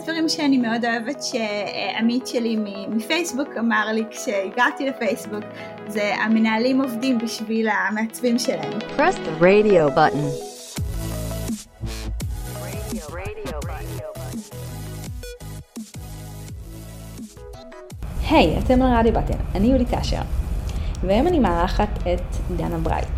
דברים שאני מאוד אוהבת שעמית שלי מפייסבוק אמר לי כשהגעתי לפייסבוק, זה המנהלים עובדים בשביל המעצבים שלהם. Press the radio button. היי, אתם על רדיו בטן, אני יולית אשר, והיום אני מארחת את דנה ברייט.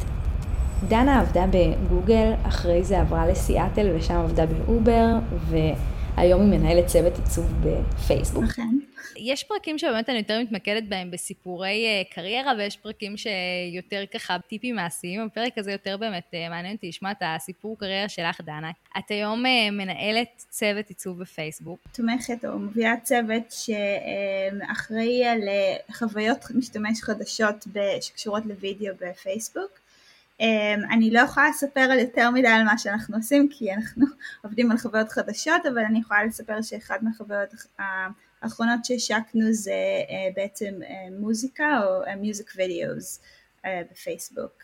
דנה עבדה בגוגל, אחרי זה עברה לסיאטל ושם עבדה באובר, והיום היא מנהלת צוות עיצוב בפייסבוק. יש פרקים שבאמת אני יותר מתמקדת בהם בסיפורי קריירה, ויש פרקים שיותר ככה טיפים מעשיים. הפרק הזה יותר באמת מעניין אותי לשמוע את הסיפור קריירה שלך, דנה. את היום מנהלת צוות עיצוב בפייסבוק. תומכת או מובילה צוות שאחראי על חוויות משתמש חדשות שקשורות לוידאו בפייסבוק. אני לא יכולה לספר על יותר מדי על מה שאנחנו עושים, כי אנחנו עובדים על חוויות חדשות, אבל אני יכולה לספר שאחד מהחוויות האחרונות שהשקנו זה בעצם מוזיקה או מיוזיק וידאוס בפייסבוק.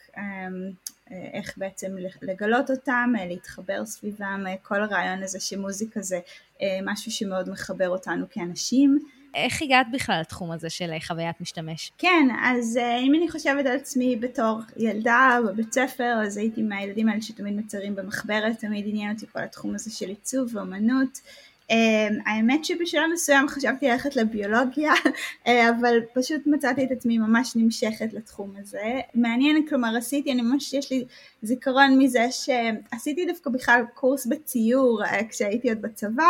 איך בעצם לגלות אותם, להתחבר סביבם, כל הרעיון הזה שמוזיקה זה משהו שמאוד מחבר אותנו כאנשים. איך הגעת בכלל לתחום הזה של חוויית משתמש? כן, אז אם אני חושבת על עצמי בתור ילדה בבית ספר, אז הייתי מהילדים האלה שתמיד מציירים במחברת, תמיד עניין אותי כל התחום הזה של עיצוב ואומנות. האמת שבשלב מסוים חשבתי ללכת לביולוגיה, אבל פשוט מצאתי את עצמי ממש נמשכת לתחום הזה. מעניין, כלומר אני ממש יש לי זיכרון מזה שעשיתי דווקא בכלל קורס בציור כשהייתי עוד בצבא,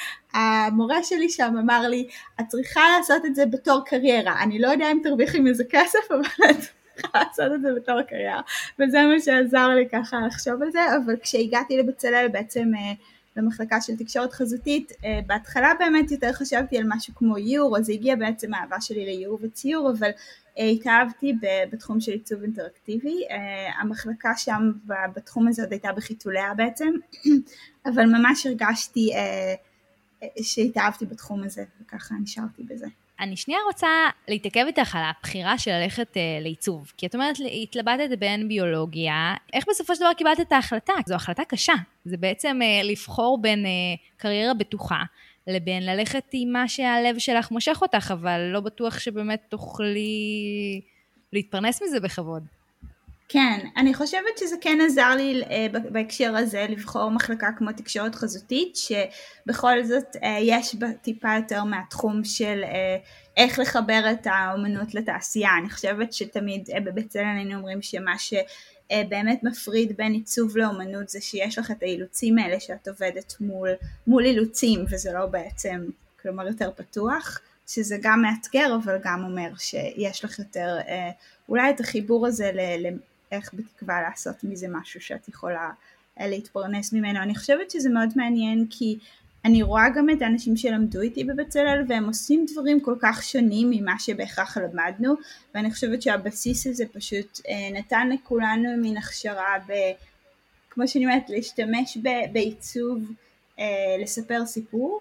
והמורה שלי שם אמר לי, את צריכה לעשות את זה בתור קריירה, אני לא יודע אם תרוויחי מזה כסף, אבל את צריכה לעשות את זה בתור קריירה, וזה מה שעזר לי ככה לחשוב על זה. אבל כשהגעתי לבצלאל בעצם למחלקה של תקשורת חזותית, בהתחלה באמת יותר חשבתי על משהו כמו איור, אז הגיע בעצם האהבה שלי לאיור וציור, אבל התאהבתי בתחום של עיצוב אינטראקטיבי. המחלקה שם בתחום הזה עוד הייתה בחיתוליה בעצם, אבל ממש הרגשתי שהתאהבתי בתחום הזה, וככה נשארתי בזה. אני שנייה רוצה להתעכב איתך על הבחירה של ללכת לעיצוב, כי את אומרת, התלבטת בין ביולוגיה, איך בסופו של דבר קיבלת את ההחלטה? זו החלטה קשה, זה בעצם לבחור בין קריירה בטוחה, לבין ללכת עם מה שהלב שלך מושך אותך, אבל לא בטוח שבאמת תוכלי להתפרנס מזה בכבוד. כן, אני חושבת שזה כן עזר לי בהקשר הזה לבחור מחלקה כמו תקשורת חזותית, שבכל זאת יש בה טיפה יותר מהתחום של איך לחבר את האומנות לתעשייה. אני חושבת שתמיד בבצלאל היינו אומרים שמה שבאמת מפריד בין עיצוב לאומנות זה שיש לך את האילוצים האלה שאת עובדת מול אילוצים, וזה לא בעצם, כלומר יותר פתוח, שזה גם מאתגר אבל גם אומר שיש לך יותר אולי את החיבור הזה איך בתקווה לעשות מזה משהו שאת יכולה להתפרנס ממנו. אני חושבת שזה מאוד מעניין, כי אני רואה גם את האנשים שלמדו איתי בבצלאל, והם עושים דברים כל כך שונים ממה שבהכרח למדנו, ואני חושבת שהבסיס הזה פשוט נתן לכולנו מן הכשרה, כמו שאני אומרת, להשתמש בעיצוב, לספר סיפור,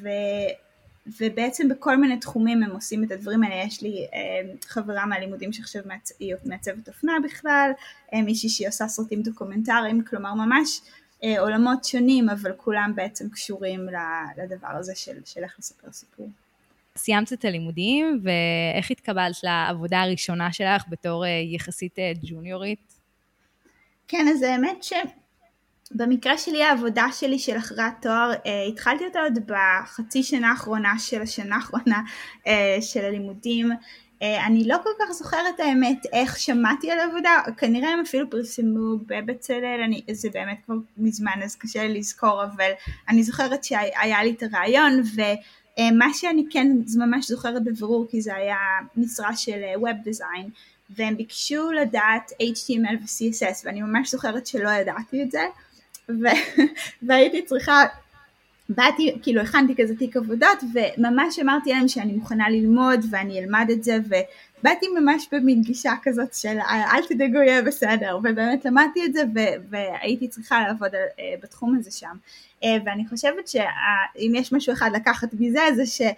ובעצם בכל מיני תחומים הם עושים את הדברים האלה. יש לי חברה מהלימודים שעכשיו מעצבת אופנה בכלל, מישהי שהיא עושה סרטים דוקומנטריים, כלומר ממש עולמות שונים, אבל כולם בעצם קשורים לדבר הזה של איך לספר סיפור. סיימת את הלימודים, ואיך התקבלת לעבודה הראשונה שלך בתור יחסית ג'וניורית? כן, אז האמת במקרה שלי העבודה שלי של אחרי התואר, התחלתי אותה עוד בחצי שנה האחרונה של השנה האחרונה של הלימודים. אני לא כל כך זוכרת האמת איך שמעתי על העבודה, כנראה הם אפילו פרסמו בבצלאל, זה באמת כבר מזמן אז קשה לי לזכור, אבל אני זוכרת שהיה לי את הרעיון, ומה שאני כן ממש זוכרת בבירור, כי זה היה משרה של Web Design, והם ביקשו לדעת HTML ו-CSS, ואני ממש זוכרת שלא ידעתי את זה, והייתי צריכה, באתי, כאילו הכנתי כזה תיק עבודות, וממש אמרתי להם שאני מוכנה ללמוד, ואני אלמד את זה, ובאתי ממש במין גישה כזאת של אל תדאגו יהיה בסדר, ובאמת למדתי את זה, והייתי צריכה לעבוד בתחום הזה שם. ואני חושבת שאם יש משהו אחד לקחת מזה, זה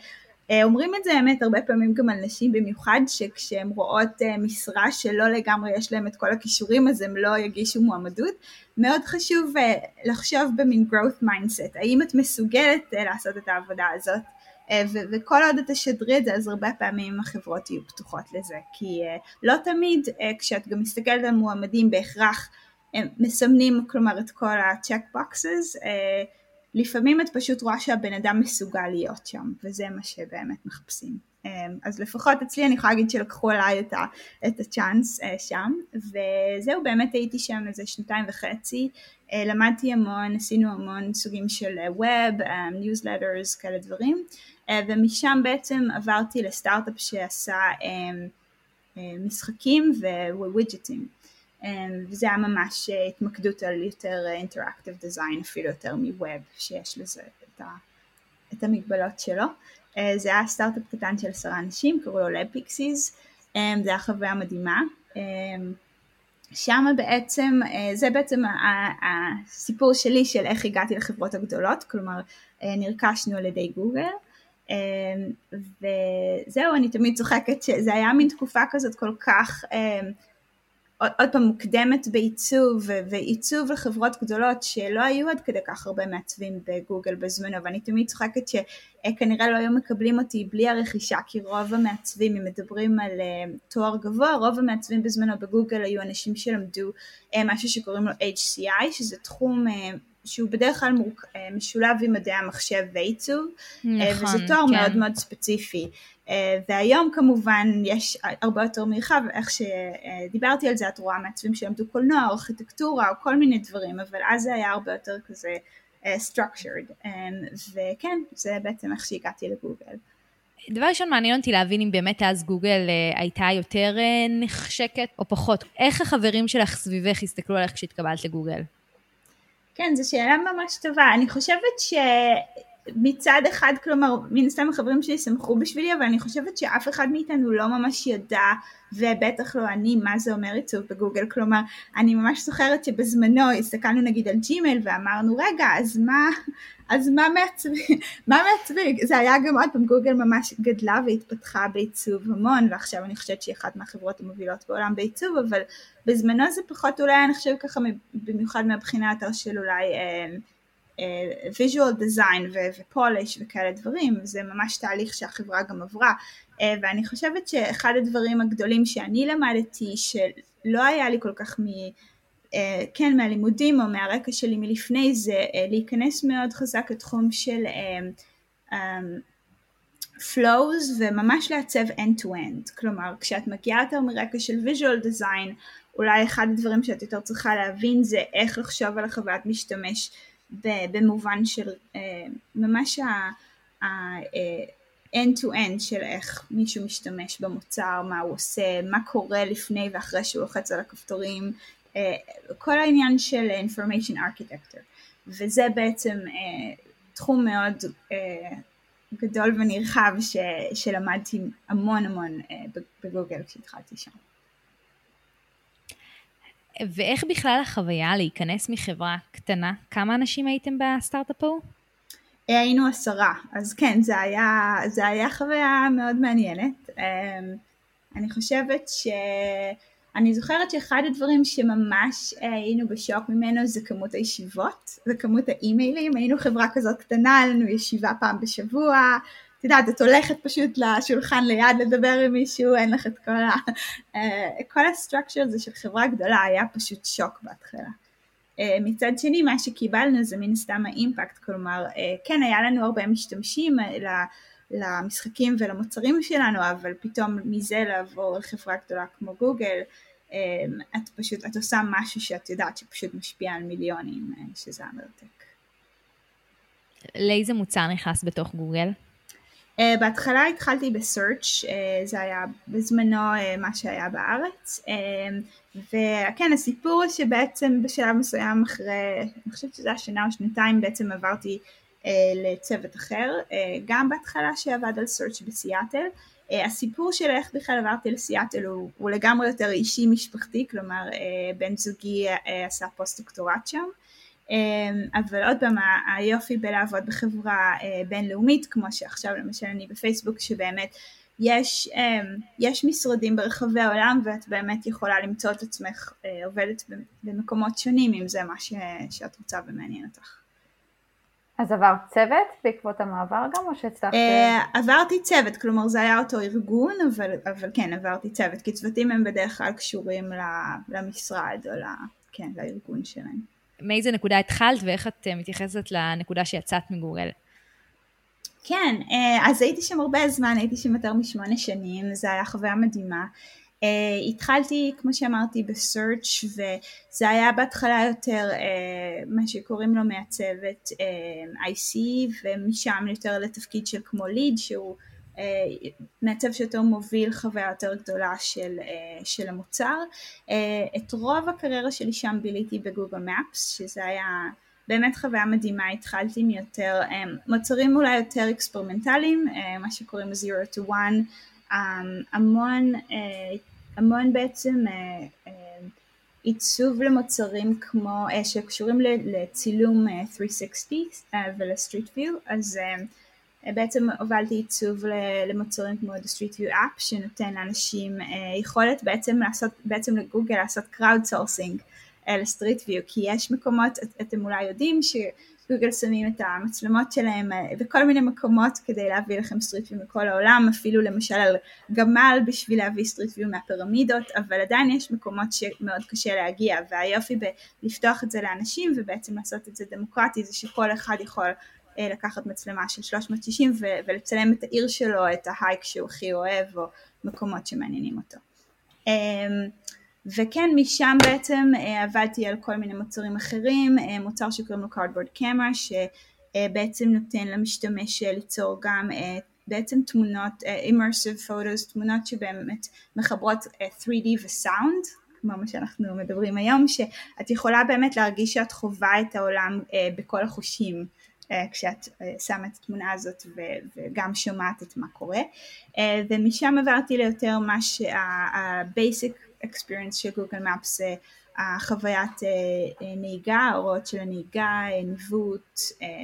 אומרים את זה האמת הרבה פעמים גם על נשים במיוחד, שכשהן רואות משרה שלא לגמרי יש להם את כל הכישורים, אז הם לא יגישו מועמדות. מאוד חשוב לחשוב במין growth mindset, האם את מסוגלת לעשות את העבודה הזאת, וכל עוד את תשדרי את זה, אז הרבה פעמים החברות יהיו פתוחות לזה, כי לא תמיד כשאת גם מסתכלת על מועמדים בהכרח מסמנים, כלומר את כל ה-check boxes, לפעמים את פשוט רואה שהבן אדם מסוגל להיות שם, וזה מה שבאמת מחפשים. אז לפחות אצלי אני יכולה להגיד שלקחו עליי את הצ'אנס שם, וזהו, באמת הייתי שם איזה 2.5, למדתי המון, עשינו המון סוגים של ווב, ניוזלטרס, כאלה דברים, ומשם בעצם עברתי לסטארט-אפ שעשה משחקים ווידג'טים. וזה היה ממש התמקדות על יותר interactive design, אפילו יותר מווב שיש לזה את המגבלות שלו. זה היה סטארט-אפ קטן של 10 אנשים, קראו לו Lab Pixies, זה היה חוויה מדהימה. שם בעצם, זה בעצם הסיפור שלי של איך הגעתי לחברות הגדולות, כלומר נרכשנו על ידי גוגל, וזהו, אני תמיד צוחקת שזה היה מין תקופה כזאת כל כך עוד פעם מוקדמת בעיצוב, ועיצוב לחברות גדולות שלא היו עד כדי כך הרבה מעצבים בגוגל בזמנו, ואני תמיד צוחקת שכנראה לא היו מקבלים אותי בלי הרכישה, כי רוב המעצבים, אם מדברים על תואר גבוה, רוב המעצבים בזמנו בגוגל היו אנשים שלמדו משהו שקוראים לו HCI, שזה תחום שהוא בדרך כלל משולב עם מדעי המחשב ועיצוב, וזה תואר מאוד מאוד ספציפי. והיום כמובן יש הרבה יותר מרחב, איך שדיברתי על זה, את רואה מעצבים שלמדו קולנוע או ארכיטקטורה או כל מיני דברים, אבל אז זה היה הרבה יותר כזה structured, וכן, זה בעצם איך שהגעתי לגוגל. דבר ראשון מעניין אותי להבין אם באמת אז גוגל הייתה יותר נחשקת או פחות. איך החברים שלך סביבך הסתכלו עליך כשהתקבלת לגוגל? כן, זו שאלה ממש טובה. אני חושבת מצד אחד, כלומר, מן הסתם החברים שלי שמחו בשבילי, אבל אני חושבת שאף אחד מאיתנו לא ממש ידע, ובטח לא אני, מה זה אומר עיצוב בגוגל. כלומר, אני ממש זוכרת שבזמנו הסתכלנו נגיד על ג'ימייל ואמרנו, רגע, אז מה מעצבים? זה היה גם עוד פעם, גוגל ממש גדלה והתפתחה בעיצוב המון, ועכשיו אני חושבת שהיא אחת מהחברות המובילות בעולם בעיצוב, אבל בזמנו זה פחות אולי, אני חושבת ככה, במיוחד מהבחינה יותר של אולי visual design ופוליש וכאלה דברים, זה ממש תהליך שהחברה גם עברה, ואני חושבת שאחד הדברים הגדולים שאני למדתי, שלא היה לי כל כך כן מהלימודים או מהרקע שלי מלפני, זה להיכנס מאוד חזק לתחום של flows, וממש לעצב end to end, כלומר כשאת מגיעה יותר מרקע של visual design, אולי אחד הדברים שאת יותר צריכה להבין זה איך לחשוב על החוויית משתמש במובן של ממש end to end של איך מישהו משתמש במוצר, מה הוא עושה, מה קורה לפני ואחרי שהוא לוחץ על הכפתורים, כל העניין של information architecture, וזה בעצם תחום מאוד גדול ונרחב שלמדתי המון בגוגל כשהתחלתי שם. ואיך בכלל החוויה להיכנס מחברה קטנה? כמה אנשים הייתם בסטארט-אפ פה? היינו 10, אז כן, זה היה חוויה מאוד מעניינת. אני חושבת אני זוכרת שאחד הדברים שממש היינו בשוק ממנו זה כמות הישיבות וכמות האימיילים. היינו חברה כזאת קטנה, לנו ישיבה פעם בשבוע, את יודעת, את הולכת פשוט לשולחן ליד לדבר עם מישהו, אין לך את כל הסטרקצ'ר הזה של חברה גדולה, היה פשוט שוק בהתחלה. מצד שני, מה שקיבלנו זה מן סתם האימפקט, כלומר, כן, היה לנו הרבה משתמשים למשחקים ולמוצרים שלנו, אבל פתאום מזה לעבור לחברה גדולה כמו גוגל, את עושה משהו שאת יודעת שפשוט משפיע על מיליונים, שזה המרתק. לאיזה מוצר נכנס בתוך גוגל? בהתחלה התחלתי בסרצ', זה היה בזמנו מה שהיה בארץ, וכן, הסיפור שבעצם בשלב מסוים אחרי, אני חושבת שזה היה שנה או שנתיים, בעצם עברתי לצוות אחר, גם בהתחלה שעבד על סרצ' בסיאטל. הסיפור של איך בכלל עברתי לסיאטל הוא לגמרי יותר אישי משפחתי, כלומר בן זוגי עשה פוסט דוקטורט שם, אבל עוד פעם, היופי בלעבוד בחברה בינלאומית, כמו שעכשיו למשל אני בפייסבוק, שבאמת יש משרדים ברחבי העולם, ואת באמת יכולה למצוא את עצמך עובדת במקומות שונים, אם זה מה שאת רוצה ומעניין אותך. אז עברת צוות בעקבות המעבר גם, או שהצלחת? עברתי צוות, כלומר זה היה אותו ארגון, אבל כן, עברתי צוות, כי צוותים הם בדרך כלל קשורים למשרד, או לארגון שלהם. מאיזה נקודה התחלת, ואיך את מתייחסת לנקודה שיצאת מגוגל? כן, אז הייתי שם הרבה זמן, הייתי שם יותר מ8 שנים, זה היה חוויה מדהימה. התחלתי, כמו שאמרתי, בסרצ' וזה היה בהתחלה יותר מה שקוראים לו מעצבת IC, ומשם יותר לתפקיד של כמו ליד, שהוא מעצב שיותר מוביל חוויה יותר גדולה של המוצר. את רוב הקריירה שלי שם ביליתי בגוגל מפס, שזה היה באמת חוויה מדהימה. התחלתי מיותר מוצרים אולי יותר אקספרימנטליים, מה שקוראים 0 to 1, המון בעצם עיצוב למוצרים כמו שקשורים לצילום 360 ולסטריט ויו, אז בעצם הובלתי עיצוב למוצרים כמו The Street View App, שנותן לאנשים יכולת בעצם לגוגל לעשות crowd sourcing לסטריט ויו, כי יש מקומות, אתם אולי יודעים שגוגל שמים את המצלמות שלהם בכל מיני מקומות כדי להביא לכם סטריט ויו מכל העולם, אפילו למשל על גמל בשביל להביא סטריט ויו מהפירמידות, אבל עדיין יש מקומות שמאוד קשה להגיע, והיופי בלפתוח את זה לאנשים ובעצם לעשות את זה דמוקרטי, זה שכל אחד יכול לקחת מצלמה של 360 ולצלם את העיר שלו, את ההייק שהוא הכי אוהב, או מקומות שמעניינים אותו. וכן, משם בעצם עבדתי על כל מיני מוצרים אחרים, מוצר שקוראים לו Cardboard Camera, שבעצם נותן למשתמש ליצור גם בעצם תמונות, immersive photos, תמונות שבאמת מחברות 3D וסאונד, כמו מה שאנחנו מדברים היום, שאת יכולה באמת להרגיש שאת חווה את העולם בכל החושים, כשאת שמה את התמונה הזאת וגם שומעת את מה קורה, ומשם עברתי ליותר מה ה-basic experience של גוגל מפס, החוויית נהיגה, ההוראות של הנהיגה, ניווט,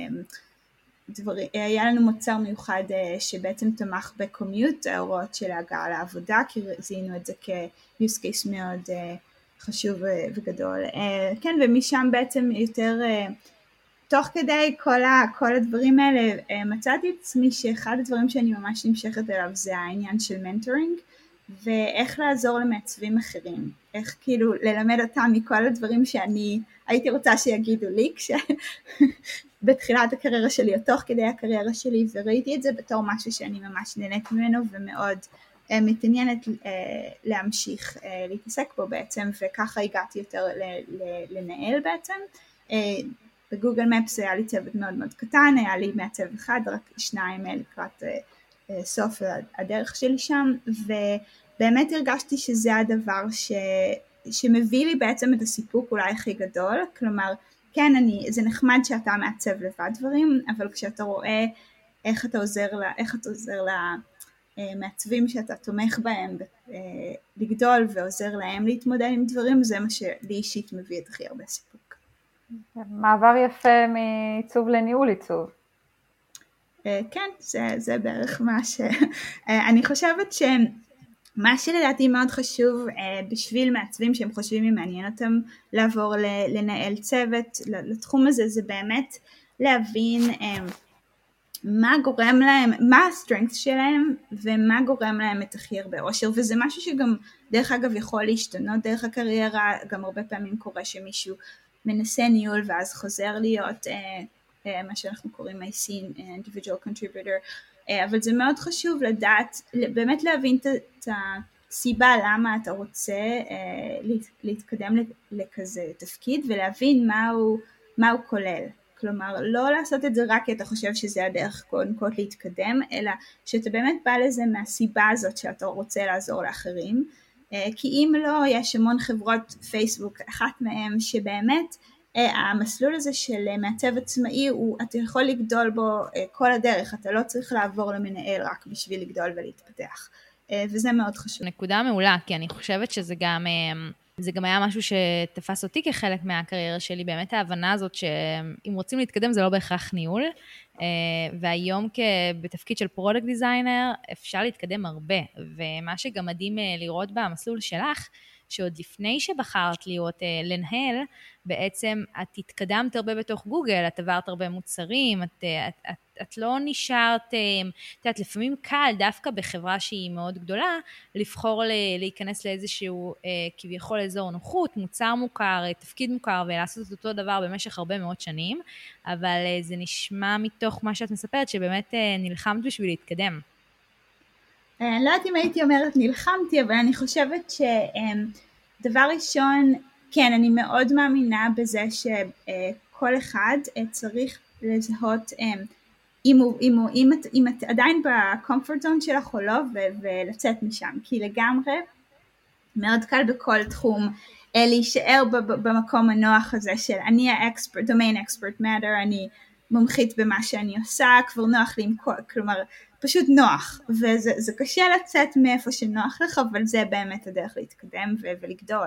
היה לנו מוצר מיוחד שבעצם תמך בקומיוט, ההוראות של ההגעה לעבודה, כי זיהינו את זה כ-use case מאוד חשוב וגדול. כן, ומשם בעצם יותר תוך כדי כל הדברים האלה מצאתי את עצמי שאחד הדברים שאני ממש נמשכת אליו זה העניין של מנטורינג, ואיך לעזור למעצבים אחרים, איך כאילו ללמד אותם מכל הדברים שאני הייתי רוצה שיגידו לי בתחילת הקריירה שלי או תוך כדי הקריירה שלי, וראיתי את זה בתור משהו שאני ממש נהנית ממנו ומאוד מתעניינת להמשיך להתעסק בו בעצם, וככה הגעתי יותר לנהל בעצם. בגוגל מפס היה לי צוות מאוד מאוד קטן, היה לי מעצב אחד, רק 2 לקראת סוף הדרך שלי שם, ובאמת הרגשתי שזה הדבר שמביא לי בעצם את הסיפוק אולי הכי גדול. כלומר, כן, זה נחמד שאתה מעצב לבד דברים, אבל כשאתה רואה איך אתה עוזר למעצבים שאתה תומך בהם לגדול ועוזר להם להתמודד עם דברים, זה מה שלי אישית מביא את הכי הרבה סיפוק. מעבר יפה מעיצוב לניהול עיצוב. כן, זה בערך מה אני חושבת שמה שלדעתי מאוד חשוב בשביל מעצבים שהם חושבים אם מעניין אותם לעבור לנהל צוות לתחום הזה, זה באמת להבין מה גורם להם, מה הסטרנגס שלהם ומה גורם להם את הכי הרבה אושר, וזה משהו שגם דרך אגב יכול להשתנות דרך הקריירה. גם הרבה פעמים קורה שמישהו מנסה ניהול ואז חוזר להיות מה שאנחנו קוראים IC, individual contributor, אבל זה מאוד חשוב לדעת, באמת להבין את הסיבה למה אתה רוצה להתקדם לכזה תפקיד, ולהבין מה הוא כולל. כלומר, לא לעשות את זה רק כי אתה חושב שזה הדרך קודם כל להתקדם, אלא שאתה באמת בא לזה מהסיבה הזאת שאתה רוצה לעזור לאחרים, כי אם לא, יש המון חברות פייסבוק, אחת מהן שבאמת המסלול הזה של מעצב עצמאי, אתה יכול לגדול בו כל הדרך, אתה לא צריך לעבור למנהל רק בשביל לגדול ולהתפתח, וזה מאוד חשוב. נקודה מעולה, כי אני חושבת שזה גם זה גם היה משהו שתפס אותי כחלק מהקריירה שלי, באמת ההבנה הזאת שאם רוצים להתקדם זה לא בהכרח ניהול, והיום בתפקיד של פרודקט דיזיינר אפשר להתקדם הרבה, ומה שגם מדהים לראות במסלול שלך, שעוד לפני שבחרת להיות לנהל, בעצם את התקדמת הרבה בתוך גוגל, את עברת הרבה מוצרים, את לא נשארת, את יודעת, לפעמים קל דווקא בחברה שהיא מאוד גדולה, לבחור להיכנס לאיזשהו כביכול אזור נוחות, מוצר מוכר, תפקיד מוכר, ולעשות את אותו דבר במשך הרבה מאוד שנים, אבל זה נשמע מתוך מה שאת מספרת, שבאמת נלחמת בשביל להתקדם. אני לא יודעת אם הייתי אומרת נלחמתי, אבל אני חושבת שדבר ראשון, כן, אני מאוד מאמינה בזה שכל אחד צריך לזהות אם את עדיין בקומפורט זון שלך או לא, ולצאת משם, כי לגמרי מאוד קל בכל תחום להישאר במקום הנוח הזה של אני האקספרט, domain expert matter, אני מומחית במה שאני עושה, כבר נוח לי, כלומר פשוט נוח, וזה קשה לצאת מאיפה שנוח לך, אבל זה באמת הדרך להתקדם ולגדול.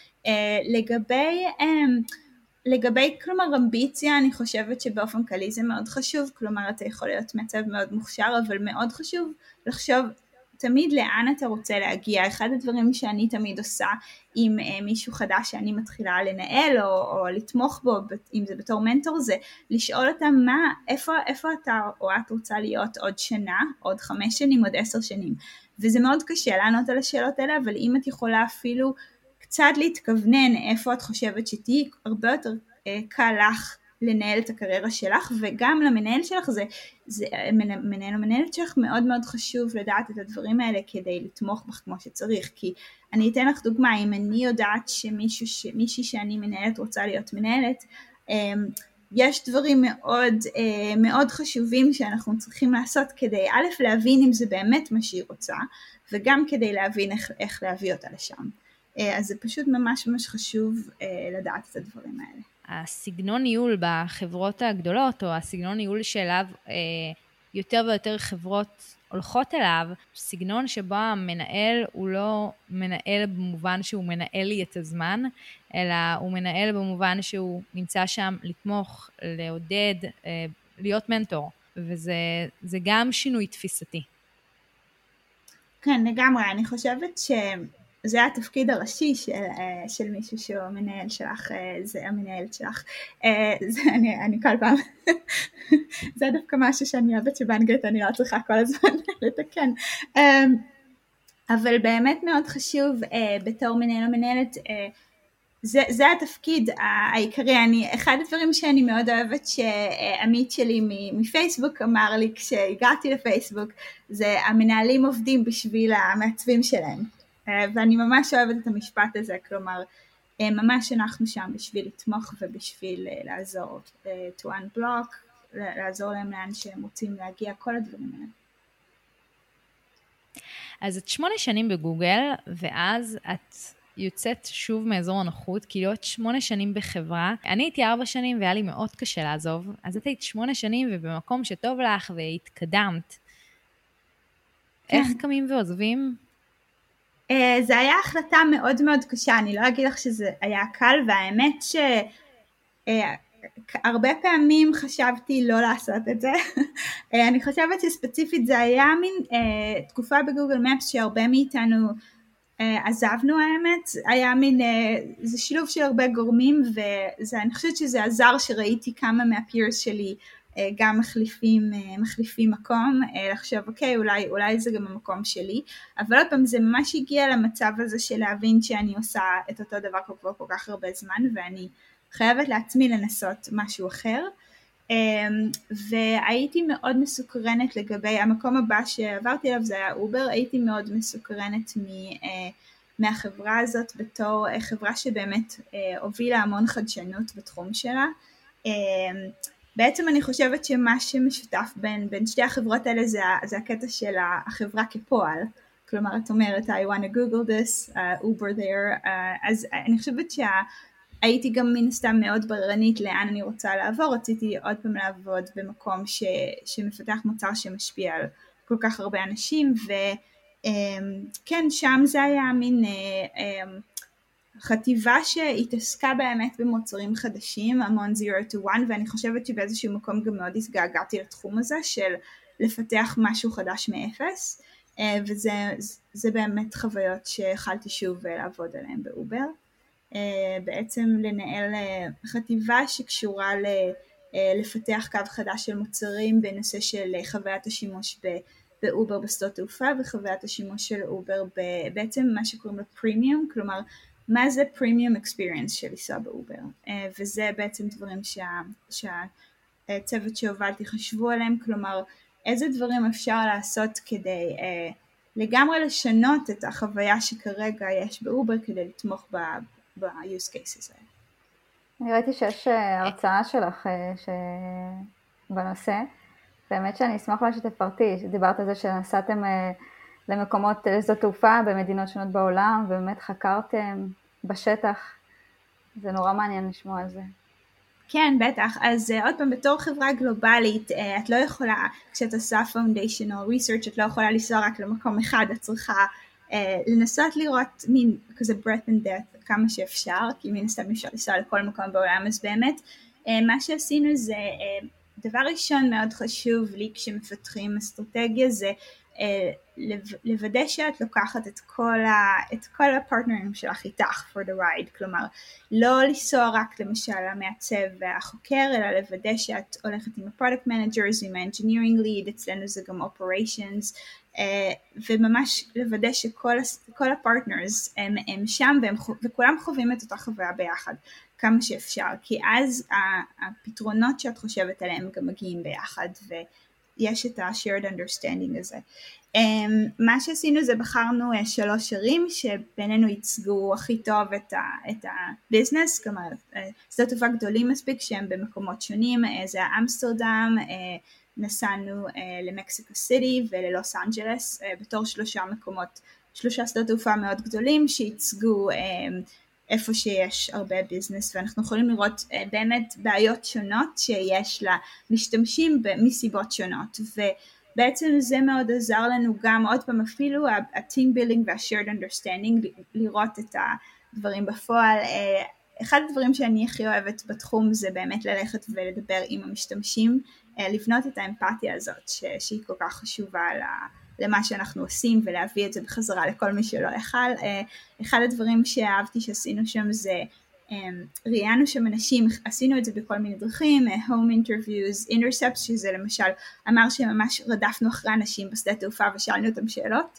לגבי כלומר אמביציה, אני חושבת שבאופן כללי זה מאוד חשוב, כלומר אתה יכול להיות מצב מאוד מוכשר, אבל מאוד חשוב לחשוב תמיד לאן אתה רוצה להגיע. אחד הדברים שאני תמיד עושה עם מישהו חדש שאני מתחילה לנהל או לתמוך בו, אם זה בתור מנטור, זה לשאול אותם איפה אתה או את רוצה להיות עוד שנה, עוד 5 שנים, עוד 10 שנים. וזה מאוד קשה לענות על השאלות האלה, אבל אם את יכולה אפילו קצת להתכוונן איפה את חושבת שתהי, הרבה יותר קל לך לנהל את הקריירה שלך, וגם למנהל שלך מנהל או מנהלת שלך מאוד מאוד חשוב לדעת את הדברים האלה כדי לתמוך בך כמו שצריך, כי אני אתן לך דוגמה, אם אני יודעת שמישהי שאני מנהלת רוצה להיות מנהלת, יש דברים מאוד מאוד חשובים שאנחנו צריכים לעשות כדי א' להבין אם זה באמת מה שהיא רוצה, וגם כדי להבין איך להביא אותה לשם. אז זה פשוט ממש ממש חשוב לדעת את הדברים האלה. הסגנון ניהול בחברות הגדולות, או הסגנון ניהול שאליו יותר ויותר חברות הולכות אליו, סגנון שבו המנהל הוא לא מנהל במובן שהוא מנהל לי את הזמן, אלא הוא מנהל במובן שהוא נמצא שם לתמוך, לעודד, להיות מנטור, וזה גם שינוי תפיסתי. כן, לגמרי, אני חושבת זה התפקיד הראשי של מישהו שהוא המנהל שלך, זה המנהלת שלך. אני כל פעם, זה דווקא משהו שאני אוהבת שבאנגלית אני לא צריכה כל הזמן לתקן. אבל באמת מאוד חשוב בתור מנהל או מנהלת, זה התפקיד העיקרי. אחד הדברים שאני מאוד אוהבת שעמית שלי מפייסבוק אמר לי כשהגעתי לפייסבוק, זה המנהלים עובדים בשביל המעצבים שלהם. ואני ממש אוהבת את המשפט הזה, כלומר, ממש אנחנו שם בשביל לתמוך ובשביל לעזור, to unblock, לעזור להם לאן שהם רוצים להגיע, כל הדברים האלה. אז את 8 שנים בגוגל, ואז את יוצאת שוב מאזור הנוחות, כי להיות 8 שנים בחברה, אני הייתי 4 שנים והיה לי מאוד קשה לעזוב, אז את היית 8 שנים ובמקום שטוב לך והתקדמת. כן. איך קמים ועוזבים? זה היה החלטה מאוד מאוד קשה, אני לא אגיד לך שזה היה קל, והאמת שהרבה פעמים חשבתי לא לעשות את זה. אני חושבת שספציפית זה היה מין תקופה בגוגל מפס שהרבה מאיתנו עזבנו, האמת, היה מין, זה שילוב של הרבה גורמים, ואני חושבת שזה עזר שראיתי כמה מהפירס שלי גם מחליפים מקום, לחשוב אוקיי, אולי זה גם המקום שלי, אבל עוד פעם זה ממש הגיע למצב הזה של להבין שאני עושה את אותו דבר כל כך הרבה זמן, ואני חייבת לעצמי לנסות משהו אחר, והייתי מאוד מסוקרנת לגבי המקום הבא שעברתי אליו, זה היה אובר. הייתי מאוד מסוקרנת מהחברה הזאת בתור חברה שבאמת הובילה המון חדשנות בתחום שלה. בעצם אני חושבת שמה שמשותף בין שתי החברות האלה זה הקטע של החברה כפועל, כלומר את אומרת I want to Google this, Uber there, אז אני חושבת הייתי גם מן הסתם מאוד בררנית לאן אני רוצה לעבור, רציתי עוד פעם לעבוד במקום שמפתח מוצר שמשפיע על כל כך הרבה אנשים, וכן, שם זה היה מין חטיבה שהתעסקה באמת במוצרים חדשים, המון 0 to 1, ואני חושבת שבאיזשהו מקום גם מאוד התגעגעתי לתחום הזה של לפתח משהו חדש מאפס, וזה באמת חוויות שהחלתי שוב לעבוד עליהן באובר. בעצם לנהל חטיבה שקשורה לפתח קו חדש של מוצרים בנושא של חוויית השימוש באובר בשדות תעופה, וחוויית השימוש של אובר בעצם מה שקוראים לו פרימיום, כלומר מה זה פרימיום אקספיריאנס של לנסוע באובר, וזה בעצם דברים שהצוות שהובלתי חשבו עליהם, כלומר איזה דברים אפשר לעשות כדי לגמרי לשנות את החוויה שכרגע יש באובר כדי לתמוך ב-use cases האלה. אני ראיתי שיש הרצאה שלך בנושא, באמת שאני אשמח לה שתפרטי, דיברת על זה שנסעתם למקומות לשדות תעופה במדינות שונות בעולם, ובאמת חקרתם בשטח, זה נורא מעניין לשמוע על זה. כן, בטח. אז עוד פעם, בתור חברה גלובלית, את לא יכולה, כשאת עושה foundational research, את לא יכולה לנסוע רק למקום אחד, את צריכה לנסות לראות מין כזה breath and depth כמה שאפשר, כי מן הסתם אפשר לנסוע לכל מקום בעולם, אז באמת מה שעשינו זה, דבר ראשון מאוד חשוב לי כשמפתחים אסטרטגיה, זה לוודא שאת לוקחת את כל הפרטנרים שלך איתך for the ride, כלומר לא לנסוע רק למשל המעצב והחוקר, אלא לוודא שאת הולכת עם ה-product managers, עם ה-engineering lead, אצלנו זה גם operations, וממש לוודא שכל הפרטנרס הם שם וכולם חווים את אותה חוויה ביחד כמה שאפשר, כי אז הפתרונות שאת חושבת עליהם גם מגיעים ביחד ויש את ה-shared understanding הזה. מה שעשינו זה בחרנו 3 ערים שבינינו ייצגו הכי טוב את הביזנס, כלומר שדות תעופה גדולים מספיק שהם במקומות שונים, זה אמסטרדם, נסענו למקסיקו סיטי וללוס אנג'לס בתור 3 מקומות, 3 שדות תעופה מאוד גדולים שייצגו איפה שיש הרבה ביזנס, ואנחנו יכולים לראות באמת בעיות שונות שיש למשתמשים מסיבות שונות, ובעצם זה מאוד עזר לנו גם עוד פעם אפילו ה-team building וה-shared understanding, לראות את הדברים בפועל. אחד הדברים שאני הכי אוהבת בתחום זה באמת ללכת ולדבר עם המשתמשים, לבנות את האמפתיה הזאת שהיא כל כך חשובה למה שאנחנו עושים ולהביא את זה בחזרה לכל מי שלא יכל. אחד הדברים שאהבתי שעשינו שם זה ראיינו שם אנשים, עשינו את זה בכל מיני דרכים, home interviews, intercepts, שזה למשל אמר שממש רדפנו אחרי אנשים בשדה תעופה ושאלנו אותם שאלות,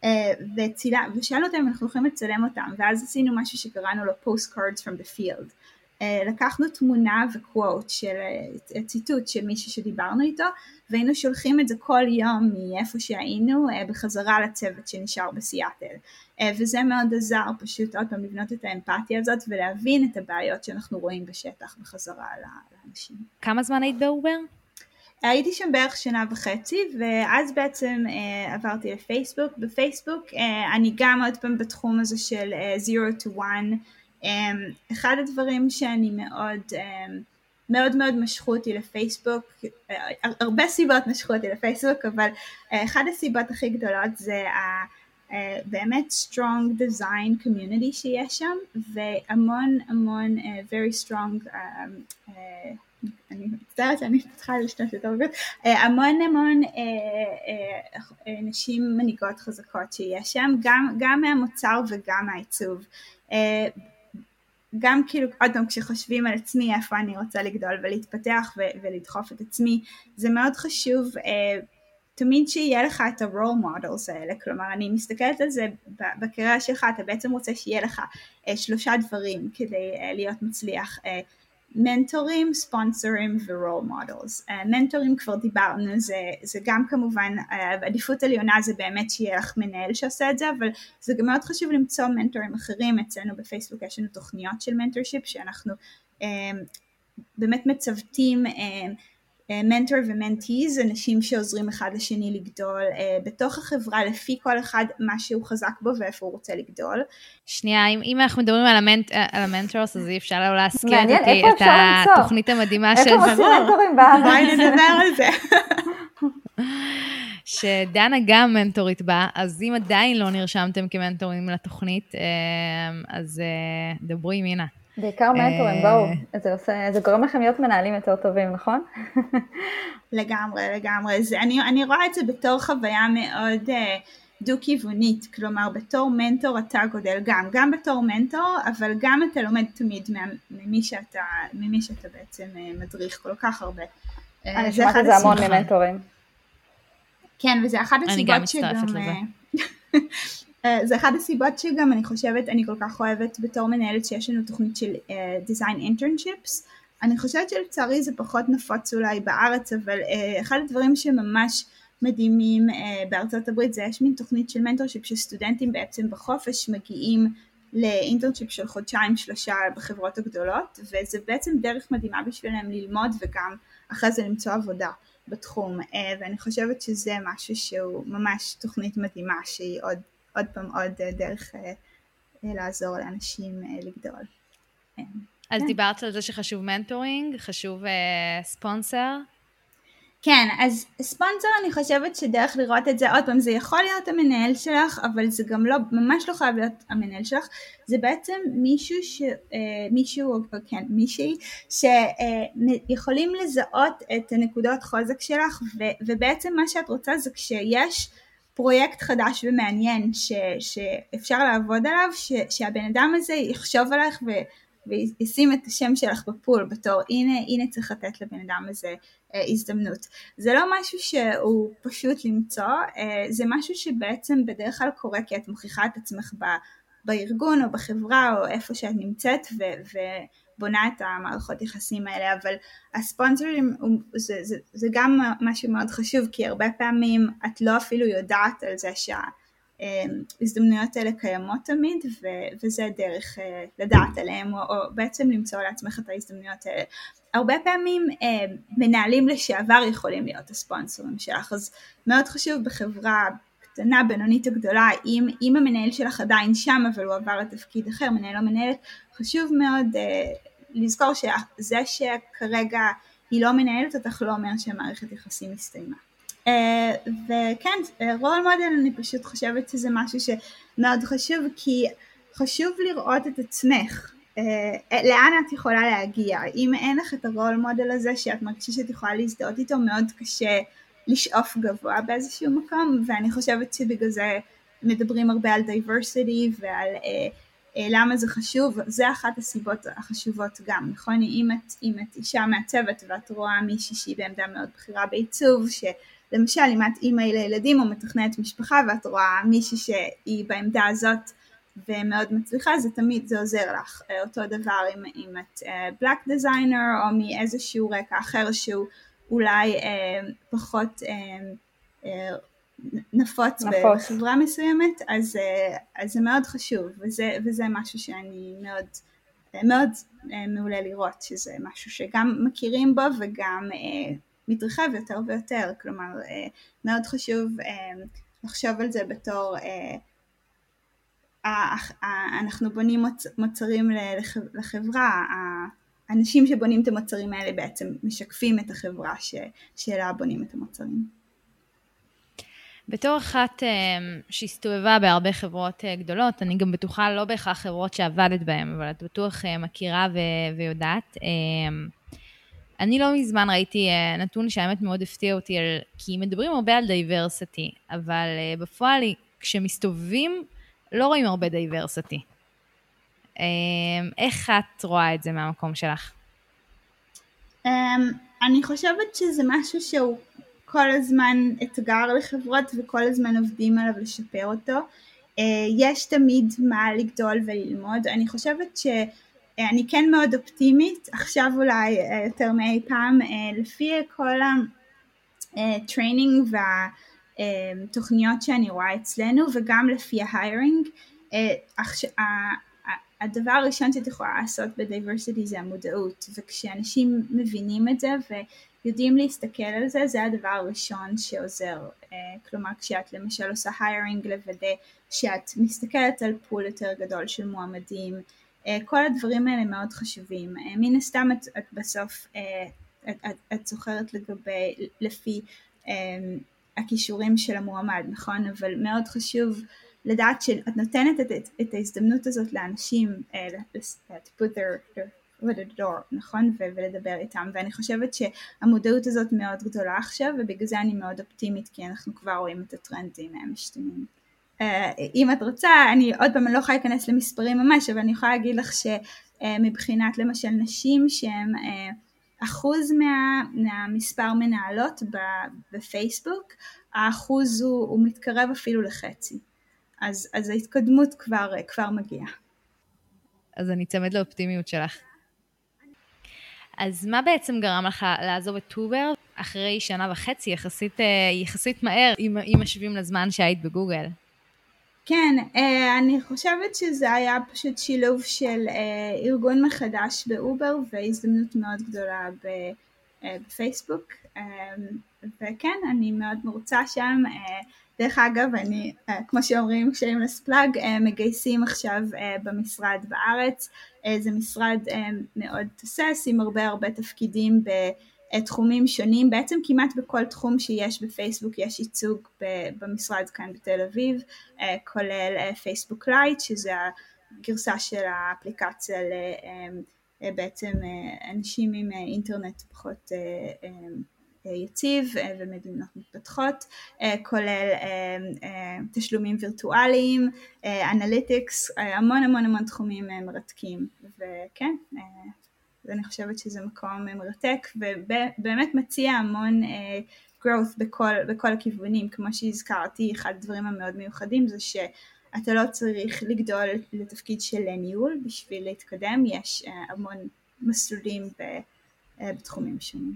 ושאלנו אותם אם אנחנו יכולים לצלם אותם, ואז עשינו משהו שקראנו לו postcards from the field. לקחנו תמונה וקווט של ציטוט של מישהו שדיברנו איתו, והיינו שולחים את זה כל יום מאיפה שהיינו בחזרה לצוות שנשאר בסיאטל, וזה מאוד עזר פשוט עוד פעם לבנות את האמפתיה הזאת ולהבין את הבעיות שאנחנו רואים בשטח בחזרה לאנשים. כמה זמן היית באובר? הייתי שם בערך 1.5 שנה, ואז בעצם עברתי לפייסבוק. בפייסבוק אני גם עוד פעם בתחום הזה של 0 to 1, אחד הדברים שאני מאוד מאוד משכו אותי לפייסבוק, הרבה סיבות משכו אותי לפייסבוק, אבל אחד הסיבות הכי גדולות זה באמת strong design community שיש שם, והמון very strong, אני מצטערת שאני צריכה לשתות יותר בגלל, המון נשים מנהיגות חזקות שיש שם, גם מהמוצר וגם מהעיצוב. גם כאילו עוד פעם כשחושבים על עצמי איפה אני רוצה לגדול ולהתפתח ולדחוף את עצמי, זה מאוד חשוב תמיד שיהיה לך את ה-role models האלה, כלומר אני מסתכלת על זה בקריירה שלך, אתה בעצם רוצה שיהיה לך 3 דברים כדי להיות מצליח, מנטורים, ספונסרים ו-role models. מנטורים כבר דיברנו, זה גם כמובן, עדיפות עליונה זה באמת שיהיה לך מנהל שעושה את זה, אבל זה גם מאוד חשוב למצוא מנטורים אחרים. אצלנו בפייסבוק יש לנו תוכניות של מנטורשיפ, שאנחנו באמת מצוותים מנטור ומנטיז, אנשים שעוזרים אחד לשני לגדול בתוך החברה, לפי כל אחד מה שהוא חזק בו ואיפה הוא רוצה לגדול. שנייה, אם אנחנו מדברים על המנטורס, אז אי אפשר לא להזכיר את התוכנית המדהימה של... איפה מוצאים מנטורים בארץ? בואי נדבר על זה. שדנה גם מנטורית בה, אז אם עדיין לא נרשמתם כמנטורים לתוכנית, אז דברו עם מינה. בעיקר מנטורים, בואו, זה גורם לכם להיות מנהלים יותר טובים, נכון? לגמרי. אני רואה את זה בתור חוויה מאוד דו-כיוונית, כלומר בתור מנטור אתה גודל גם בתור מנטור, אבל גם אתה לומד תמיד ממי שאתה בעצם מדריך כל כך הרבה. אני שמעת את זה המון ממנטורים. כן, וזה אחת הסיבות אני גם מצטרפת לזה. זה אחת הסיבות שגם אני חושבת, אני כל כך אוהבת בתור מנהלת שיש לנו תוכנית של Design Internships. אני חושבת שלצערי זה פחות נפוץ אולי בארץ, אבל אחד הדברים שממש מדהימים בארצות הברית זה יש מין תוכנית של מנטורשיפ שסטודנטים בעצם בחופש מגיעים לאינטרנשיפ של 2-3 בחברות הגדולות, וזה בעצם דרך מדהימה בשבילם ללמוד וגם אחרי זה למצוא עבודה בתחום, ואני חושבת שזה משהו שהוא ממש תוכנית מדהימה שהיא עוד פעם עוד דרך לעזור לאנשים לגדול. אז דיברת על זה שחשוב מנטורינג, חשוב ספונסר. כן, אז ספונסר אני חושבת שדרך לראות את זה, עוד פעם זה יכול להיות המנהל שלך, אבל זה גם לא, ממש לא חייב להיות המנהל שלך, זה בעצם מישהי שיכולים לזהות את הנקודות חוזק שלך, ובעצם מה שאת רוצה זה כשיש פרויקט חדש ומעניין שאפשר לעבוד עליו, שהבן אדם הזה יחשוב עליך וישים את השם שלך בפול בתור הנה צריך לתת לבן אדם הזה הזדמנות. זה לא משהו שהוא פשוט למצוא, זה משהו שבעצם בדרך כלל קורה כי את מוכיחה את עצמך בארגון או בחברה או איפה שאת נמצאת ובונה את המערכות יחסים האלה, אבל הספונסרים זה גם משהו מאוד חשוב, כי הרבה פעמים את לא אפילו יודעת על זה ההזדמנויות האלה קיימות תמיד, וזה דרך לדעת עליהם, או בעצם למצוא לעצמך את ההזדמנויות האלה. הרבה פעמים מנהלים לשעבר יכולים להיות הספונסרים שלך, אז מאוד חשוב בחברה קטנה, בינונית או גדולה, אם המנהל שלך עדיין שם, אבל הוא עבר לתפקיד אחר, מנהל או מנהלת, חשוב מאוד לזכור שזה שכרגע היא לא מנהלת אותך, לא אומר שהמערכת יחסים מסתיימה. וכן, רול מודל אני פשוט חושבת שזה משהו שמאוד חשוב, כי חשוב לראות את עצמך, לאן את יכולה להגיע. אם אין לך את הרול מודל הזה שאת מרגישה שאת יכולה להזדהות איתו, מאוד קשה לשאוף גבוה באיזשהו מקום, ואני חושבת שבגלל זה מדברים הרבה על diversity ועל למה זה חשוב. זה אחת הסיבות החשובות גם, נכון? אם את אישה מהצוות ואת רואה מישהי שהיא בעמדה מאוד בחירה בעיצוב, למשל אם את אימא לילדים או מתכננת משפחה ואת רואה מישהי שהיא בעמדה הזאת ומאוד מצליחה, זה תמיד זה עוזר לך. אותו דבר אם את בלק דיזיינר או מאיזשהו רקע אחר שהוא אולי פחות נפוץ בחברה מסוימת, אז זה מאוד חשוב, וזה משהו שאני מאוד מעולה לראות, שזה משהו שגם מכירים בו וגם מתרחב יותר ויותר. כלומר מאוד חשוב לחשוב על זה בתור אנחנו בונים מוצרים לחברה, האנשים שבונים את המוצרים האלה בעצם משקפים את החברה שאלה בונים את המוצרים. בתור אחת שהסתובבה בהרבה חברות גדולות, אני גם בטוחה לא בהכרח חברות שעבדת בהן, אבל את בטוח מכירה ויודעת. אני לא מזמן ראיתי נתון שהאמת מאוד הפתיע אותי, כי מדברים הרבה על דייברסיטי, אבל בפועל כשמסתובבים לא רואים הרבה דייברסיטי. איך את רואה את זה מהמקום שלך? אני חושבת שזה משהו שהוא כל הזמן אתגר לחברות וכל הזמן עובדים עליו לשפר אותו. יש תמיד מה לגדול וללמוד. אני חושבת שאני כן מאוד אופטימית, עכשיו אולי יותר מאי פעם, לפי כל הטריינינג והתוכניות שאני רואה אצלנו וגם לפי ההיירינג, הדבר הראשון שאת יכולה לעשות בדייברסיטי זה המודעות, וכשאנשים מבינים את זה ויודעים להסתכל על זה, זה הדבר הראשון שעוזר. כלומר כשאת למשל עושה היירינג, לוודא שאת מסתכלת על פול יותר גדול של מועמדים, כל הדברים האלה מאוד חשובים. מן הסתם את בסוף את זוכרת לפי הכישורים של המועמד, נכון? אבל מאוד חשוב לדעת שאת נותנת את ההזדמנות הזאת לאנשים, to put their foot at the door, נכון? ולדבר איתם, ואני חושבת שהמודעות הזאת מאוד גדולה עכשיו, ובגלל זה אני מאוד אופטימית, כי אנחנו כבר רואים את הטרנדים משתנים. אם את רוצה, אני עוד פעם, אני לא יכולה להיכנס למספרים ממש, אבל אני יכולה להגיד לך שמבחינת למשל נשים שהן אחוז מהמספר מנהלות בפייסבוק, האחוז הוא מתקרב אפילו לחצי. אז ההתקדמות כבר מגיעה. אז אני צמד לאופטימיות שלך. אז מה בעצם גרם לך לעזוב את טובר אחרי 1.5 שנה, יחסית מהר, אם משווים לזמן שהיית בגוגל? כן, אני חושבת שזה היה פשוט שילוב של ארגון מחדש באובר והזדמנות מאוד גדולה בפייסבוק, וכן, אני מאוד מרוצה שם. דרך אגב, אני, כמו שאומרים, shameless plug, מגייסים עכשיו במשרד בארץ. זה משרד מאוד תוסס עם הרבה תפקידים בתחומים שונים. בעצם כמעט בכל תחום שיש בפייסבוק יש ייצוג במשרד כאן בתל אביב, כולל פייסבוק לייט, שזה הגרסה של האפליקציה בעצם אנשים עם אינטרנט פחות יציב ומדינות מתפתחות, כולל תשלומים וירטואליים, אנליטיקס, המון תחומים מרתקים, וכן, אני חושבת שזה מקום מרתק ובאמת מציע המון growth בכל הכיוונים. כמו שהזכרתי, אחד הדברים המאוד מיוחדים זה שאתה לא צריך לגדול לתפקיד של ניהול בשביל להתקדם, יש המון מסלולים בתחומים שונים.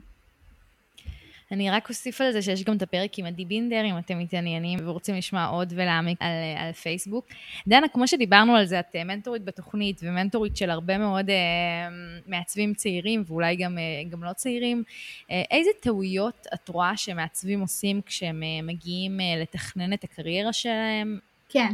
אני רק אוסיף על זה שיש גם את הפרק עם עדי בינדר, אם אתם מתעניינים ורוצים לשמוע עוד ולהעמיק על פייסבוק. דנה, כמו שדיברנו על זה, את מנטורית בתוכנית ומנטורית של הרבה מאוד מעצבים צעירים, ואולי גם לא צעירים. איזה טעויות את רואה שמעצבים עושים כשהם מגיעים לתכנן את הקריירה שלהם? כן,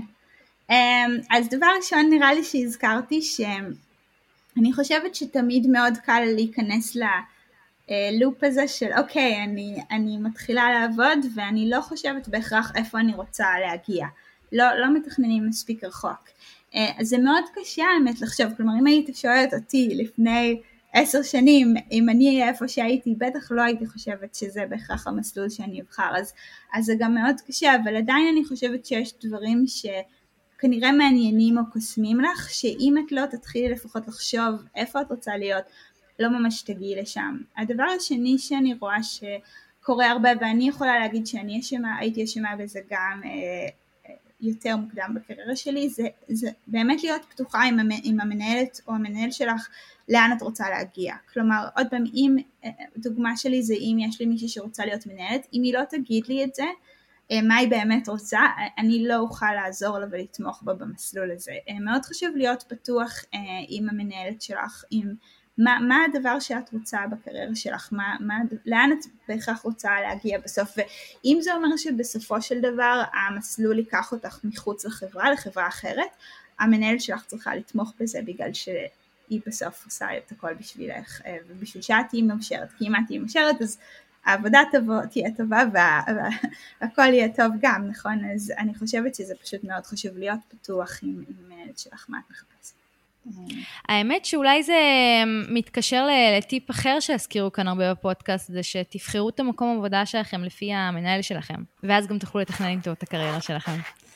אז דבר ראשון נראה לי שהזכרתי שאני חושבת שתמיד מאוד קל להיכנס ללופ הזה של אוקיי, אני מתחילה לעבוד ואני לא חושבת בהכרח איפה אני רוצה להגיע, לא מתכננים מספיק רחוק. אז זה מאוד קשה האמת לחשוב, כלומר אם היית שואלת אותי לפני 10 שנים אם אני אהיה איפה שהייתי, בטח לא הייתי חושבת שזה בהכרח המסלול שאני אבחר, אז זה גם מאוד קשה, אבל עדיין אני חושבת שיש דברים שכנראה מעניינים או קוסמים לך, שאם את לא תתחילי לפחות לחשוב איפה את רוצה להיות, לא ממש תגיעי לשם. הדבר השני שאני רואה שקורה הרבה, ואני יכולה להגיד שאני הייתי אשמה בזה גם יותר מוקדם בקריירה שלי, זה באמת להיות פתוחה עם המנהלת או המנהל שלך לאן את רוצה להגיע. כלומר, עוד פעם, דוגמה שלי זה אם יש לי מישהי שרוצה להיות מנהלת, אם היא לא תגיד לי את זה, מה היא באמת רוצה, אני לא אוכל לעזור לה ולתמוך בה במסלול הזה. מאוד חשוב להיות פתוח עם המנהלת שלך, עם מה הדבר שאת רוצה בקריירה שלך, לאן את בהכרח רוצה להגיע בסוף, ואם זה אומר שבסופו של דבר המסלול ייקח אותך מחוץ לחברה אחרת, המנהל שלך צריכה לתמוך בזה, בגלל שהיא בסוף עושה את הכל בשבילך, ובשביל שאת תהיי מאושרת, כי אם את תהיי מאושרת, אז העבודה תהיה טובה, והכל יהיה טוב גם, נכון? אז אני חושבת שזה פשוט מאוד חשוב להיות פתוח עם מנהלת שלך, מה את מחפשת. האמת שאולי זה מתקשר לטיפ אחר שהזכירו כאן הרבה בפודקאסט, זה שתבחרו את המקום העבודה שלכם לפי המנהל שלכם, ואז גם תוכלו לתכנן איתו את הקריירה שלכם.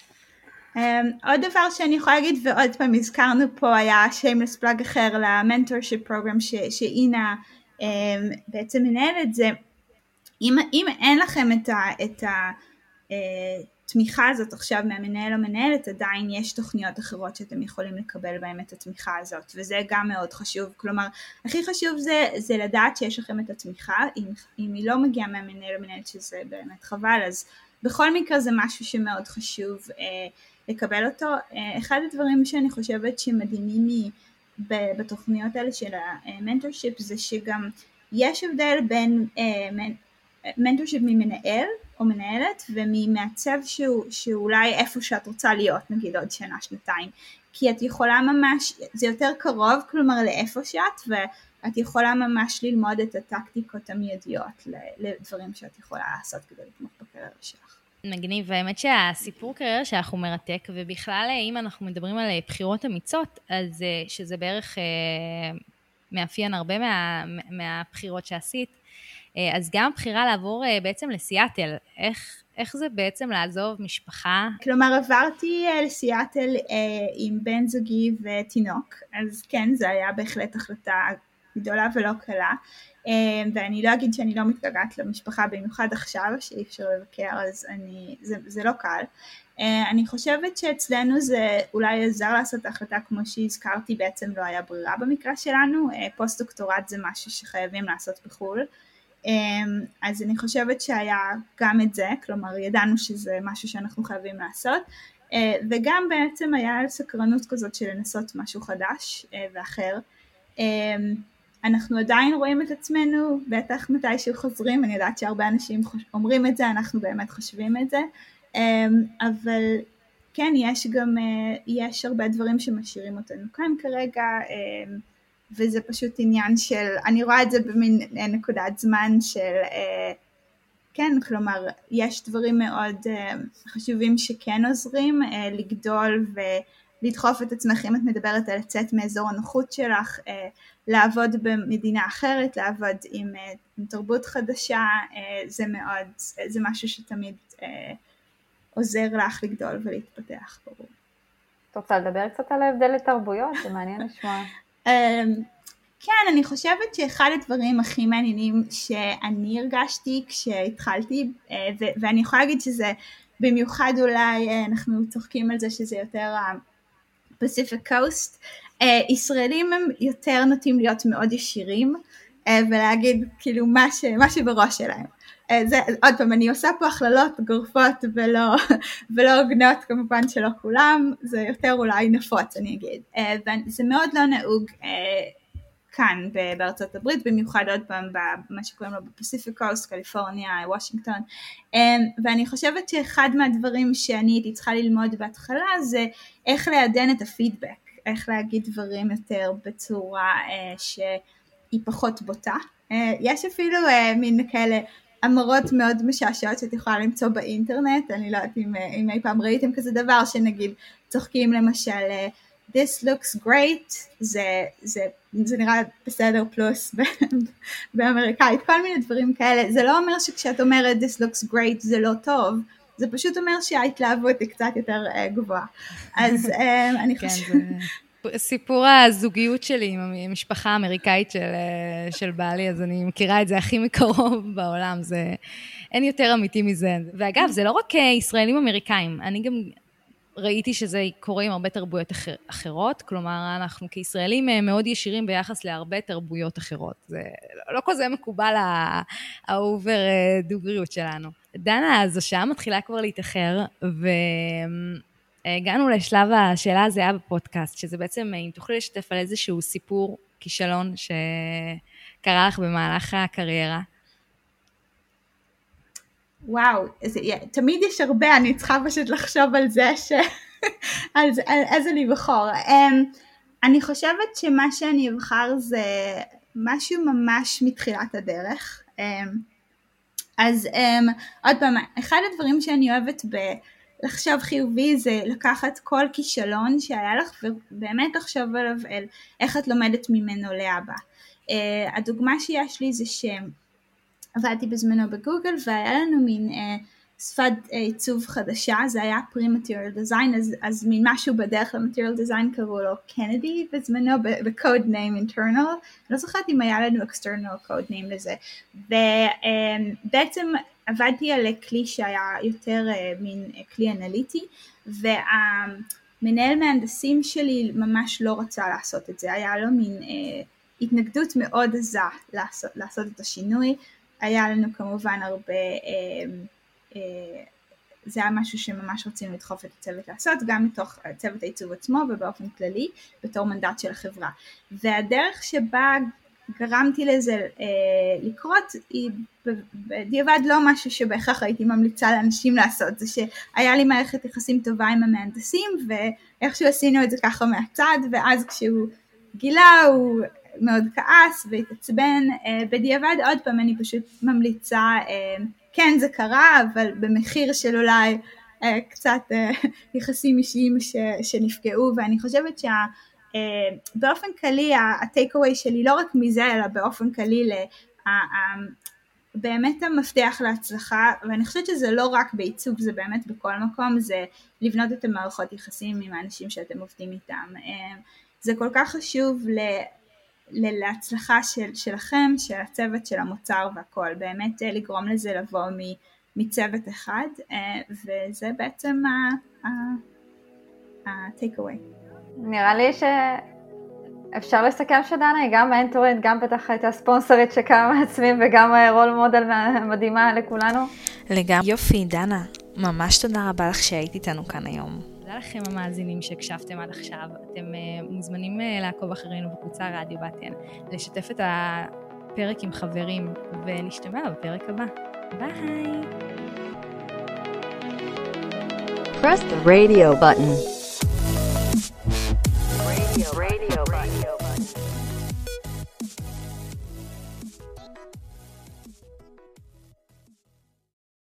עוד דבר שאני יכולה להגיד, ועוד פעם הזכרנו פה, היה shameless plug אחר למנטורשיפ פרוגרם שאינה בעצם מנהלת, זה אם אין לכם את התמיכה הזאת עכשיו מהמנהל או מנהלת, עדיין יש תוכניות אחרות שאתם יכולים לקבל בהם את התמיכה הזאת, וזה גם מאוד חשוב. כלומר, הכי חשוב זה לדעת שיש לכם את התמיכה, אם היא לא מגיעה מהמנהל או מנהלת, שזה באמת חבל, אז בכל מקרה זה משהו שמאוד חשוב לקבל אותו. אחד הדברים שאני חושבת שמדהימים בתוכניות האלה של המנטורשיפ, זה שגם יש הבדל בין מנטורשיפ ממנהל או מנהלת וממעצב שאולי איפה שאת רוצה להיות, נגיד עוד שנה, שנתיים, כי את יכולה ממש, זה יותר קרוב, כלומר לאיפה שאת, ואת יכולה ממש ללמוד את הטקטיקות המיידיות לדברים שאת יכולה לעשות כדי לתמוך בקריירה הקריירה שלך. מגניב, והאמת שהסיפור קריירה שלך הוא מרתק, ובכלל אם אנחנו מדברים על בחירות אמיצות, אז שזה בערך מאפיין הרבה מהבחירות שעשית, אז גם הבחירה לעבור בעצם לסיאטל, איך זה בעצם לעזוב משפחה? כלומר עברתי לסיאטל עם בן זוגי ותינוק, אז כן, זה היה בהחלט החלטה גדולה ולא קלה, ואני לא אגיד שאני לא מתגעגעת למשפחה, במיוחד עכשיו שאי אפשר לבקר, אז זה לא קל. אני חושבת שאצלנו זה אולי עזר לעשות את ההחלטה, כמו שהזכרתי, בעצם לא היה ברירה במקרה שלנו, פוסט דוקטורט זה משהו שחייבים לעשות בחו"ל, אז אני חושבת שהיה גם את זה, כלומר ידענו שזה משהו שאנחנו חייבים לעשות, וגם בעצם היה סקרנות כזאת של לנסות משהו חדש ואחר. אנחנו עדיין רואים את עצמנו, בטח מתישהו חוזרים, אני יודעת שהרבה אנשים אומרים את זה, אנחנו באמת חושבים את זה, אבל כן, יש הרבה דברים שמשאירים אותנו כאן כרגע, וזה פשוט עניין של, אני רואה את זה במין נקודת זמן של, כן, כלומר, יש דברים מאוד חשובים שכן עוזרים, לגדול ולדחוף את עצמך, אם את מדברת על לצאת מאזור הנוחות שלך, לעבוד במדינה אחרת, לעבוד עם תרבות חדשה, זה משהו שתמיד עוזר לך לגדול ולהתפתח, ברור. את רוצה לדבר קצת על ההבדל לתרבויות? זה מעניין לשמוע. כן, אני חושבת שאחד הדברים הכי מעניינים שאני הרגשתי כשהתחלתי, ואני יכולה להגיד שזה במיוחד אולי, אנחנו צוחקים על זה שזה יותר Pacific Coast, ישראלים הם יותר נוטים להיות מאוד ישירים, ולהגיד כאילו מה שבראש שלהם. זה, עוד פעם, אני עושה פה הכללות גורפות ולא הוגנות, כמובן שלא כולם, זה יותר אולי נפוץ אני אגיד, וזה מאוד לא נהוג כאן בארצות הברית, במיוחד עוד פעם במה שקוראים לו בפסיפיק קוסט, קליפורניה, וושינגטון, ואני חושבת שאחד מהדברים שאני הייתי צריכה ללמוד בהתחלה זה איך לעדן את הפידבק, איך להגיד דברים יותר בצורה שהיא פחות בוטה. יש אפילו מין כאלה אמרות מאוד משעשעות שאת יכולה למצוא באינטרנט, אני לא יודעת אם אי פעם ראיתם כזה דבר, שנגיד צוחקים למשל this looks great, זה נראה בסדר פלוס באמריקאית, כל מיני דברים כאלה. זה לא אומר שכשאת אומרת this looks great זה לא טוב, זה פשוט אומר שההתלהבות היא קצת יותר גבוהה. אז אני חושבת... סיפור הזוגיות שלי עם המשפחה האמריקאית של בעלי, אז אני מכירה את זה הכי מקרוב בעולם, אין יותר אמיתי מזה. ואגב, זה לא רק ישראלים אמריקאים, אני גם ראיתי שזה קורה עם הרבה תרבויות אחרות, כלומר אנחנו כישראלים מאוד ישירים ביחס להרבה תרבויות אחרות, זה לא כזה מקובל האובר דוגריות שלנו. דנה, אז השעה מתחילה כבר להתאחר, הגענו לשלב השאלה הזהה בפודקאסט, שזה בעצם אם תוכלי לשתף על איזשהו סיפור, כישלון שקרה לך במהלך הקריירה. וואו, תמיד יש הרבה, אני צריכה פשוט לחשוב על זה, על איזה לבחור. אני חושבת שמה שאני אבחר זה משהו ממש מתחילת הדרך. אז עוד פעם, אחד הדברים שאני אוהבת לחשוב חיובי זה לקחת כל כישלון שהיה לך ובאמת לחשוב עליו על איך את לומדת ממנו לאבא. הדוגמה שיש לי זה שעבדתי בזמנו בגוגל והיה לנו מין שפת עיצוב חדשה, זה היה pre-material design, אז מין משהו בדרך ל-material design קראו לו קנדי בזמנו ב-code name internal, לא זוכרת אם היה לנו external code name לזה, ובעצם עבדתי על כלי שהיה יותר מין כלי אנליטי, והמנהל מהנדסים שלי ממש לא רצה לעשות את זה, היה לו מין התנגדות מאוד עזה לעשות את השינוי, היה לנו כמובן הרבה, זה היה משהו שממש רצינו לדחוף את הצוות לעשות, גם מתוך צוות העיצוב עצמו ובאופן כללי, בתור מנדט של החברה. והדרך שבה גרמתי לזה לקרות, היא בדיעבד לא משהו שבהכרח הייתי ממליצה לאנשים לעשות, זה שהיה לי מערכת יחסים טובה עם המהנדסים, ואיכשהו עשינו את זה ככה מהצד, ואז כשהוא גילה הוא מאוד כעס והתעצבן, בדיעבד עוד פעם אני פשוט ממליצה כן זה קרה, אבל במחיר של אולי קצת יחסים אישיים שנפגעו, ואני חושבת שבאופן כללי הטייק אווי שלי לא רק מזה, אלא באופן כללי באמת המפתח להצלחה, ואני חושבת שזה לא רק בעיצוב, זה באמת בכל מקום, זה לבנות את המערכות יחסים עם האנשים שאתם עובדים איתם. זה כל כך חשוב להצלחה שלכם, של הצוות, של המוצר והכל, באמת לגרום לזה לבוא מצוות אחד, וזה בעצם ה-take away. נראה לי אפשר לסכם שדנה היא גם מנטורית, גם בטח הייתה ספונסרית שקמה מעצמים, וגם רול מודל מדהימה לכולנו. לגמרי. יופי, דנה, ממש תודה רבה לך שהיית איתנו כאן היום. תודה לכם המאזינים שהקשבתם עד עכשיו. אתם מוזמנים לעקוב אחרינו בקבוצה רדיו בתן, לשתף את הפרק עם חברים, ונשתמע בפרק הבא. ביי! Press the radio button.